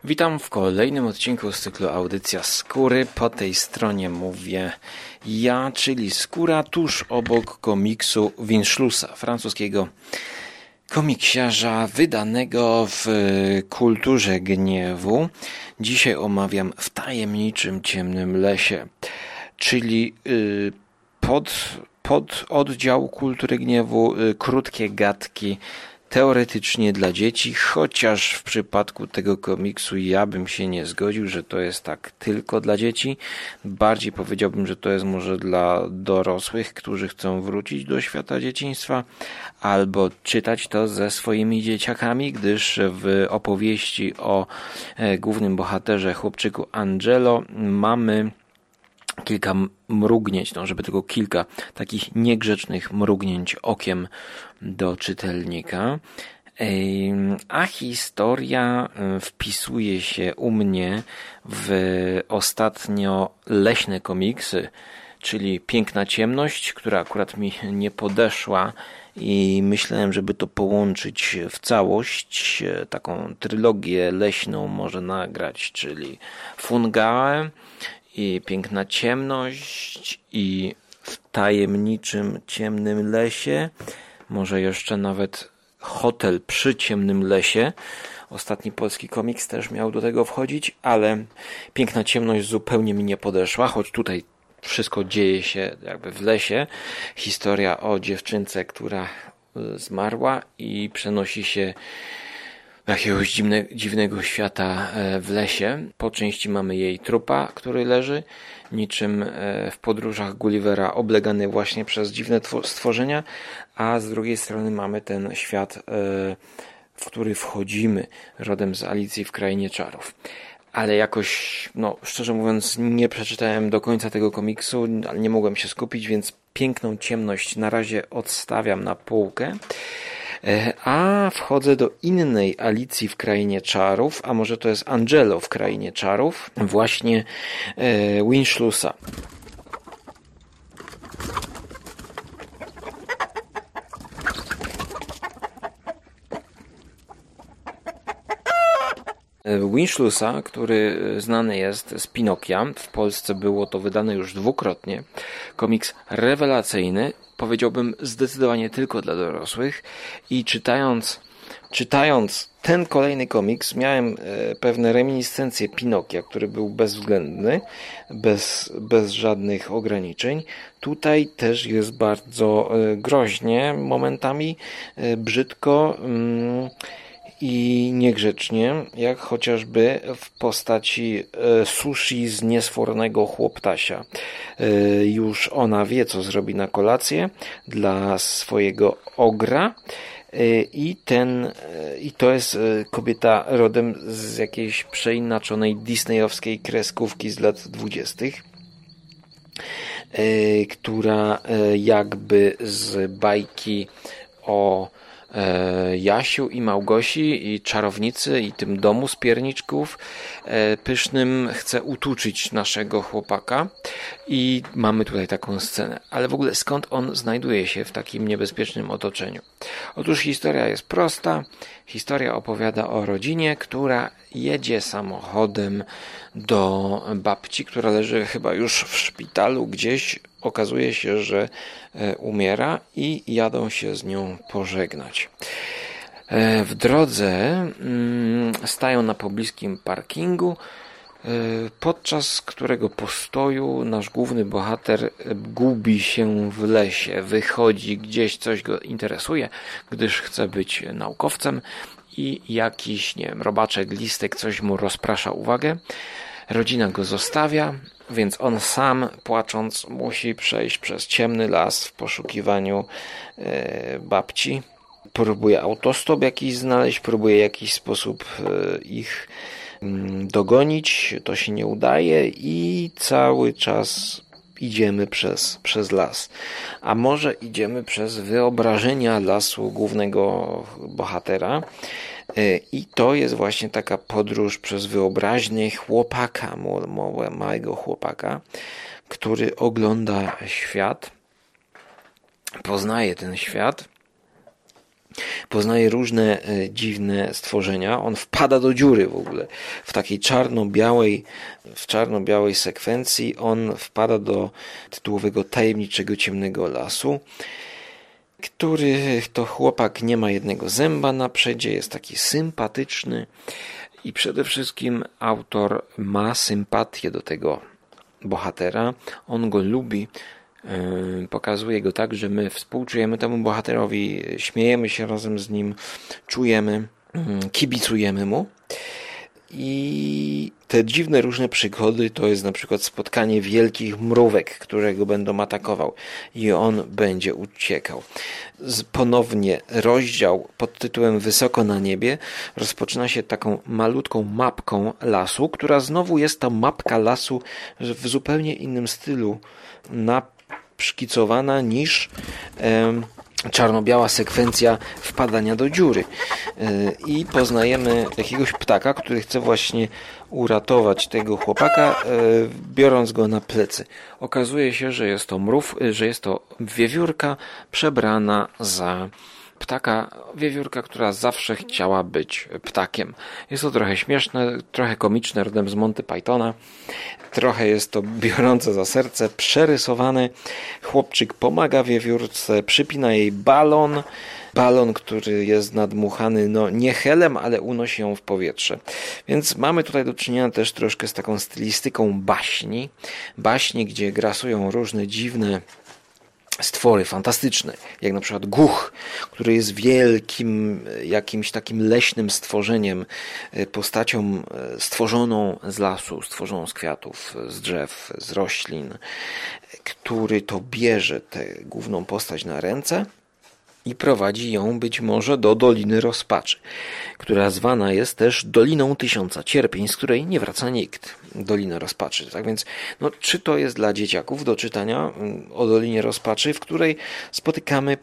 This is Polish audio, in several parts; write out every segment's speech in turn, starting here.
Witam w kolejnym odcinku z cyklu Audycja Skóry. Po tej stronie mówię ja, czyli Skóra, tuż obok komiksu Windschlussa, francuskiego komiksiarza wydanego w Kulturze Gniewu. Dzisiaj omawiam W tajemniczym ciemnym lesie, czyli pod oddział Kultury Gniewu, krótkie gadki, teoretycznie dla dzieci, chociaż w przypadku tego komiksu ja bym się nie zgodził, że to jest tak tylko dla dzieci. Bardziej powiedziałbym, że to jest może dla dorosłych, którzy chcą wrócić do świata dzieciństwa albo czytać to ze swoimi dzieciakami, gdyż w opowieści o głównym bohaterze, chłopczyku Angelo, mamy kilka mrugnięć, żeby tylko kilka takich niegrzecznych mrugnięć okiem do czytelnika. A historia wpisuje się u mnie w ostatnio leśne komiksy, czyli Piękna ciemność, która akurat mi nie podeszła i myślałem, żeby to połączyć w całość, taką trylogię leśną może nagrać, czyli Fungae i Piękna ciemność i W tajemniczym ciemnym lesie, może jeszcze nawet Hotel przy ciemnym lesie. Ostatni polski komiks też miał do tego wchodzić, ale Piękna ciemność zupełnie mi nie podeszła, choć tutaj wszystko dzieje się jakby w lesie. Historia o dziewczynce, która zmarła i przenosi się jakiegoś dziwnego świata w lesie. Po części mamy jej trupa, który leży, niczym w podróżach Gullivera, oblegany właśnie przez dziwne stworzenia, a z drugiej strony mamy ten świat, w który wchodzimy, rodem z Alicji w Krainie Czarów. Ale jakoś, szczerze mówiąc, nie przeczytałem do końca tego komiksu, ale nie mogłem się skupić, więc Piękną ciemność na razie odstawiam na półkę. A wchodzę do innej Alicji w Krainie Czarów, a może to jest Angelo w Krainie Czarów, właśnie Windschlussa. Windschlussa, który znany jest z Pinokia, w Polsce było to wydane już dwukrotnie, komiks rewelacyjny, powiedziałbym zdecydowanie tylko dla dorosłych, i czytając ten kolejny komiks miałem pewne reminiscencje Pinokia, który był bezwzględny, bez żadnych ograniczeń. Tutaj też jest bardzo groźnie, momentami brzydko i niegrzecznie, jak chociażby w postaci sushi z niesfornego chłoptasia. Już ona wie, co zrobi na kolację dla swojego ogra, i to jest kobieta rodem z jakiejś przeinaczonej disneyowskiej kreskówki z lat 20., która jakby z bajki o Jasiu i Małgosi i czarownicy i tym domu z pierniczków pysznym chce utuczyć naszego chłopaka, i mamy tutaj taką scenę. Ale w ogóle skąd on znajduje się w takim niebezpiecznym otoczeniu? Otóż historia jest prosta. Historia opowiada o rodzinie, która jedzie samochodem do babci, która leży chyba już w szpitalu gdzieś. Okazuje się, że umiera, i jadą się z nią pożegnać. W drodze stają na pobliskim parkingu, podczas którego postoju nasz główny bohater gubi się w lesie. Wychodzi gdzieś, coś go interesuje, gdyż chce być naukowcem, i jakiś, robaczek, listek, coś mu rozprasza uwagę. Rodzina go zostawia, więc on sam, płacząc, musi przejść przez ciemny las w poszukiwaniu babci. Próbuje autostop jakiś znaleźć, próbuje w jakiś sposób ich dogonić. To się nie udaje i cały czas idziemy przez las. A może idziemy przez wyobrażenia lasu głównego bohatera. I to jest właśnie taka podróż przez wyobraźnię chłopaka, małego chłopaka, który ogląda świat, poznaje ten świat Poznaje różne dziwne stworzenia. On wpada do dziury w ogóle. W takiej czarno-białej sekwencji on wpada do tytułowego tajemniczego ciemnego lasu, który to chłopak nie ma jednego zęba na przedzie, jest taki sympatyczny i przede wszystkim autor ma sympatię do tego bohatera. On go lubi. Pokazuje go tak, że my współczujemy temu bohaterowi, śmiejemy się razem z nim, czujemy, kibicujemy mu. I te dziwne różne przygody to jest na przykład spotkanie wielkich mrówek, które go będą atakował i on będzie uciekał. Ponownie rozdział pod tytułem Wysoko na niebie rozpoczyna się taką malutką mapką lasu, która znowu jest to mapka lasu w zupełnie innym stylu szkicowana niż czarno-biała sekwencja wpadania do dziury. I poznajemy jakiegoś ptaka, który chce właśnie uratować tego chłopaka, biorąc go na plecy. Okazuje się, że jest to że jest to wiewiórka przebrana za ptaka, wiewiórka, która zawsze chciała być ptakiem. Jest to trochę śmieszne, trochę komiczne, rodem z Monty Pythona. Trochę jest to biorące za serce, przerysowane. Chłopczyk pomaga wiewiórce, przypina jej balon, który jest nadmuchany, nie helem, ale unosi ją w powietrze. Więc mamy tutaj do czynienia też troszkę z taką stylistyką baśni, gdzie grasują różne dziwne stwory fantastyczne, jak na przykład Guch, który jest wielkim, jakimś takim leśnym stworzeniem, postacią stworzoną z lasu, stworzoną z kwiatów, z drzew, z roślin, który to bierze tę główną postać na ręce i prowadzi ją być może do Doliny Rozpaczy, która zwana jest też Doliną Tysiąca Cierpień, z której nie wraca nikt. Dolina Rozpaczy. Tak więc, czy to jest dla dzieciaków do czytania o Dolinie Rozpaczy, w której spotykamy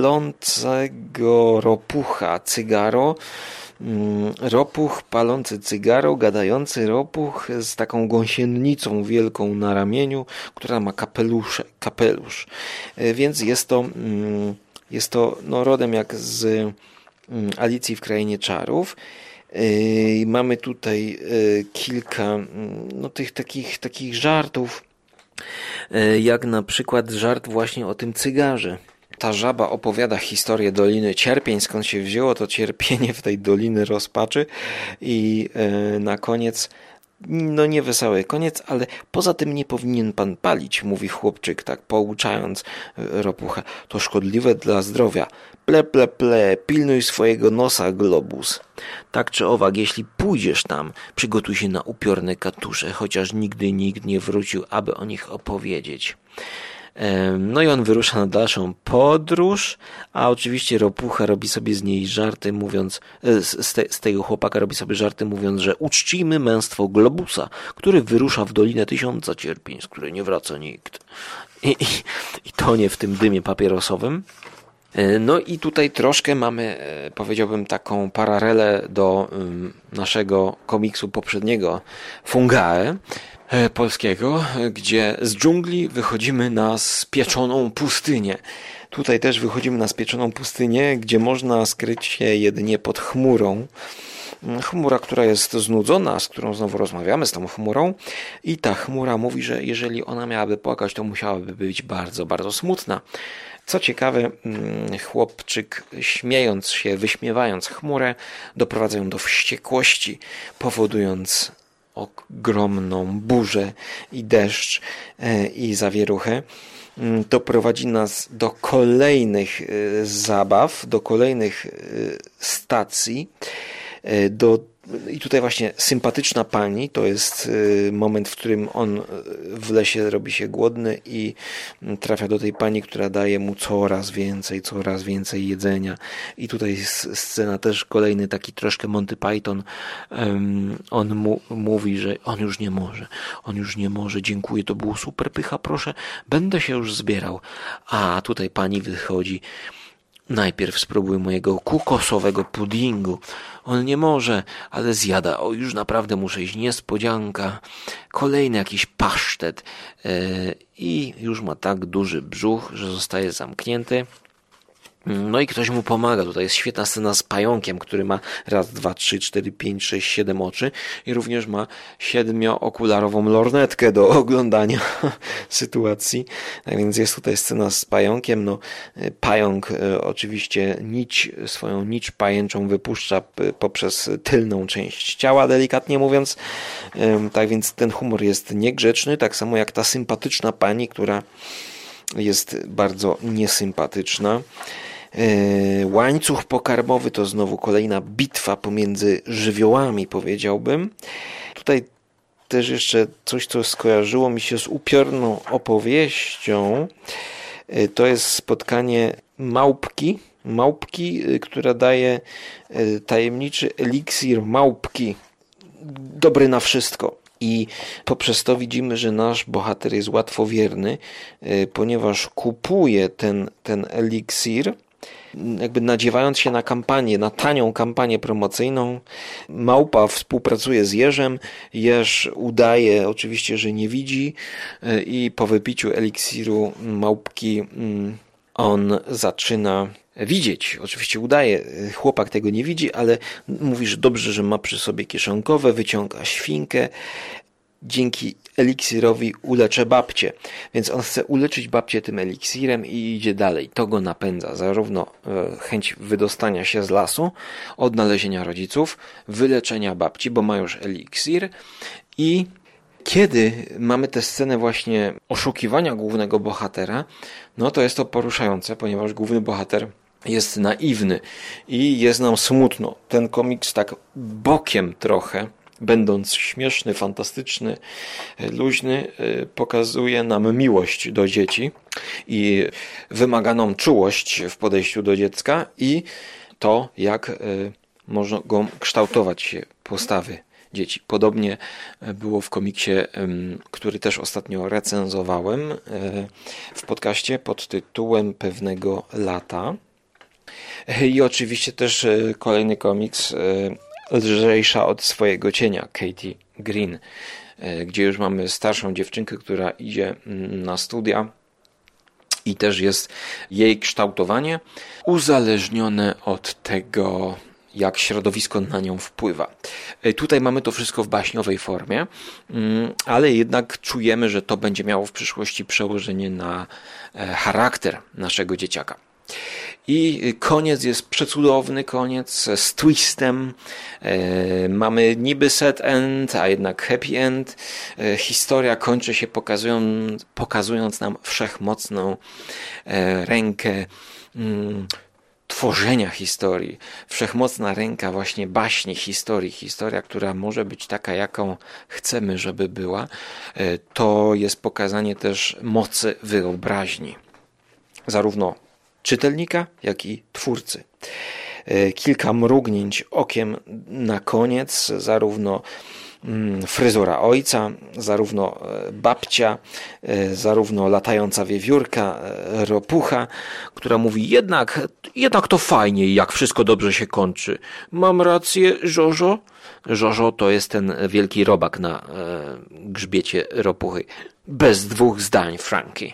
palącego ropucha cygaro, ropuch palący cygaro, gadający ropuch z taką gąsienicą wielką na ramieniu, która ma kapelusz. Więc jest to rodem jak z Alicji w Krainie Czarów. Mamy tutaj kilka tych takich żartów, jak na przykład żart właśnie o tym cygarze. Ta żaba opowiada historię Doliny Cierpień, skąd się wzięło to cierpienie w tej Doliny Rozpaczy i na koniec nie wesoły koniec, ale poza tym nie powinien pan palić, mówi chłopczyk, tak pouczając ropucha. To szkodliwe dla zdrowia. Ple, pilnuj swojego nosa, globus. Tak czy owak, jeśli pójdziesz tam, przygotuj się na upiorne katusze, chociaż nigdy nikt nie wrócił, aby o nich opowiedzieć. I on wyrusza na dalszą podróż, a oczywiście ropucha robi sobie z niej żarty, mówiąc, z tego chłopaka robi sobie żarty, mówiąc, że uczcijmy męstwo globusa, który wyrusza w Dolinę Tysiąca Cierpień, z której nie wraca nikt. I tonie w tym dymie papierosowym. I tutaj troszkę mamy, powiedziałbym, taką paralelę do naszego komiksu poprzedniego Fungae polskiego, gdzie z dżungli wychodzimy na spieczoną pustynię. Tutaj też wychodzimy na spieczoną pustynię, gdzie można skryć się jedynie pod chmurą. Chmura, która jest znudzona, z którą znowu rozmawiamy, z tą chmurą, i ta chmura mówi, że jeżeli ona miałaby płakać, to musiałaby być bardzo, bardzo smutna. Co ciekawe, chłopczyk, śmiejąc się, wyśmiewając chmurę, doprowadza ją do wściekłości, powodując ogromną burzę i deszcz i zawieruchę. To prowadzi nas do kolejnych zabaw, do kolejnych stacji, i tutaj właśnie sympatyczna pani, to jest moment, w którym on w lesie robi się głodny i trafia do tej pani, która daje mu coraz więcej jedzenia. I tutaj scena też kolejny taki troszkę Monty Python. On mówi, że on już nie może, dziękuję, to było super, pycha, proszę, będę się już zbierał. A tutaj pani wychodzi: najpierw spróbuj mojego kokosowego puddingu. On nie może, ale zjada. O, już naprawdę muszę iść. Niespodzianka. Kolejny jakiś pasztet. I już ma tak duży brzuch, że zostaje zamknięty. No i ktoś mu pomaga. Tutaj jest świetna scena z pająkiem, który ma raz, dwa, trzy, cztery, pięć, sześć, 7 oczy i również ma 7-okularową lornetkę do oglądania sytuacji. Tak więc jest tutaj scena z pająkiem. No, pająk oczywiście swoją nić pajęczą wypuszcza poprzez tylną część ciała, delikatnie mówiąc. Tak więc ten humor jest niegrzeczny, tak samo jak ta sympatyczna pani, która jest bardzo niesympatyczna. Łańcuch pokarmowy to znowu kolejna bitwa pomiędzy żywiołami, powiedziałbym. Tutaj też jeszcze coś, co skojarzyło mi się z upiorną opowieścią. To jest spotkanie małpki, która daje tajemniczy eliksir małpki, dobry na wszystko. I poprzez to widzimy, że nasz bohater jest łatwowierny, ponieważ kupuje ten eliksir, jakby nadziewając się na kampanię, na tanią kampanię promocyjną. Małpa współpracuje z jeżem, jeż udaje oczywiście, że nie widzi i po wypiciu eliksiru małpki on zaczyna widzieć. Oczywiście udaje, chłopak tego nie widzi, ale mówi, że dobrze, że ma przy sobie kieszonkowe, wyciąga świnkę. Dzięki eliksirowi uleczę babcię. Więc on chce uleczyć babcię tym eliksirem i idzie dalej. To go napędza. Zarówno chęć wydostania się z lasu, odnalezienia rodziców, wyleczenia babci, bo ma już eliksir. I kiedy mamy tę scenę właśnie oszukiwania głównego bohatera, no to jest to poruszające, ponieważ główny bohater jest naiwny i jest nam smutno. Ten komiks tak bokiem trochę, będąc śmieszny, fantastyczny, luźny, pokazuje nam miłość do dzieci i wymaganą czułość w podejściu do dziecka i to, jak mogą kształtować się postawy dzieci. Podobnie było w komiksie, który też ostatnio recenzowałem w podcaście pod tytułem Pewnego lata. I oczywiście też kolejny komiks Lżejsza od swojego cienia, Katie Green, gdzie już mamy starszą dziewczynkę, która idzie na studia i też jest jej kształtowanie uzależnione od tego, jak środowisko na nią wpływa. Tutaj mamy to wszystko w baśniowej formie, ale jednak czujemy, że to będzie miało w przyszłości przełożenie na charakter naszego dzieciaka. I koniec jest przecudowny koniec z twistem. Mamy niby sad end, a jednak happy end. Historia kończy się pokazując nam wszechmocną rękę tworzenia historii. Wszechmocna ręka właśnie baśni historii. Historia, która może być taka, jaką chcemy, żeby była. To jest pokazanie też mocy wyobraźni. Zarówno czytelnika, jak i twórcy. Kilka mrugnięć okiem na koniec, zarówno fryzura ojca, zarówno babcia, zarówno latająca wiewiórka, ropucha, która mówi jednak to fajnie, jak wszystko dobrze się kończy. Mam rację, Żożo? Żożo to jest ten wielki robak na grzbiecie ropuchy. Bez dwóch zdań, Frankie.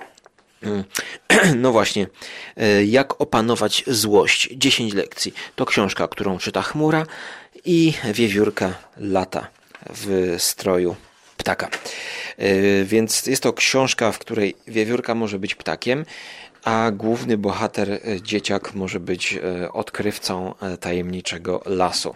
No właśnie, jak opanować złość? 10 lekcji. To książka, którą czyta chmura i wiewiórka lata w stroju ptaka. Więc jest to książka, w której wiewiórka może być ptakiem, a główny bohater, dzieciak, może być odkrywcą tajemniczego lasu.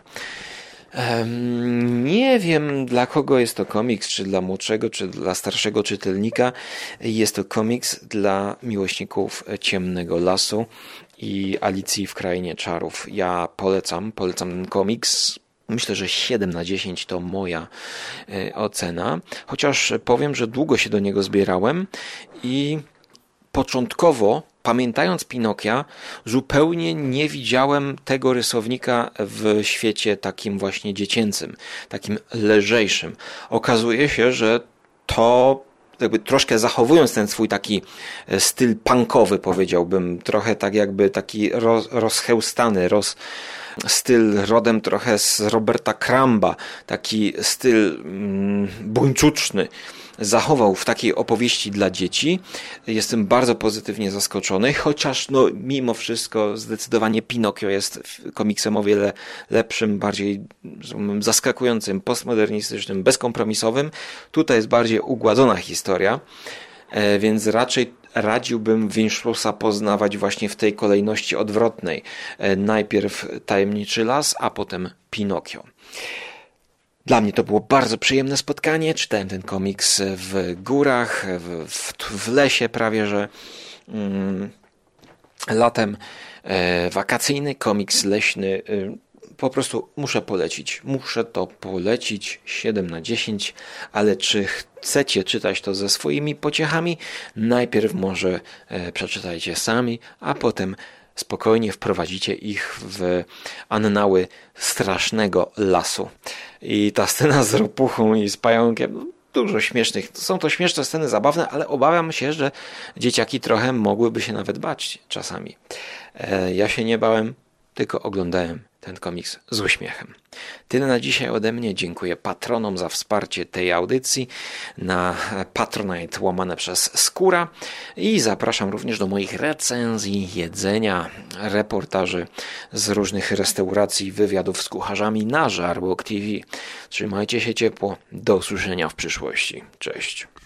Nie wiem, dla kogo jest to komiks, czy dla młodszego, czy dla starszego czytelnika. Jest to komiks dla miłośników Ciemnego Lasu i Alicji w Krainie Czarów. Ja polecam ten komiks. Myślę, że 7/10 to moja ocena. Chociaż powiem, że długo się do niego zbierałem i początkowo, pamiętając Pinokia, zupełnie nie widziałem tego rysownika w świecie takim właśnie dziecięcym, takim lżejszym. Okazuje się, że to jakby troszkę zachowując ten swój taki styl punkowy, powiedziałbym, trochę tak jakby taki rozchełstany, styl rodem trochę z Roberta Crumba, taki styl buńczuczny zachował w takiej opowieści dla dzieci. Jestem bardzo pozytywnie zaskoczony, chociaż mimo wszystko zdecydowanie Pinokio jest komiksem o wiele lepszym, bardziej zaskakującym, postmodernistycznym, bezkompromisowym. Tutaj jest bardziej ugładzona historia, więc raczej radziłbym Winchlusa poznawać właśnie w tej kolejności odwrotnej. Najpierw Tajemniczy Las, a potem Pinokio. Dla mnie to było bardzo przyjemne spotkanie. Czytałem ten komiks w górach, w lesie prawie, że latem. Wakacyjny komiks leśny. Po prostu muszę polecić. Muszę to polecić 7/10, ale czy chcecie czytać to ze swoimi pociechami? Najpierw może przeczytajcie sami, a potem spokojnie wprowadzicie ich w annały strasznego lasu. I ta scena z ropuchą i z pająkiem, dużo śmiesznych. Są to śmieszne sceny, zabawne, ale obawiam się, że dzieciaki trochę mogłyby się nawet bać czasami. Ja się nie bałem, tylko oglądałem ten komiks z uśmiechem. Tyle na dzisiaj ode mnie. Dziękuję patronom za wsparcie tej audycji na Patronite /Skóra i zapraszam również do moich recenzji jedzenia, reportaży z różnych restauracji, wywiadów z kucharzami na Żarłok TV. Trzymajcie się ciepło. Do usłyszenia w przyszłości. Cześć.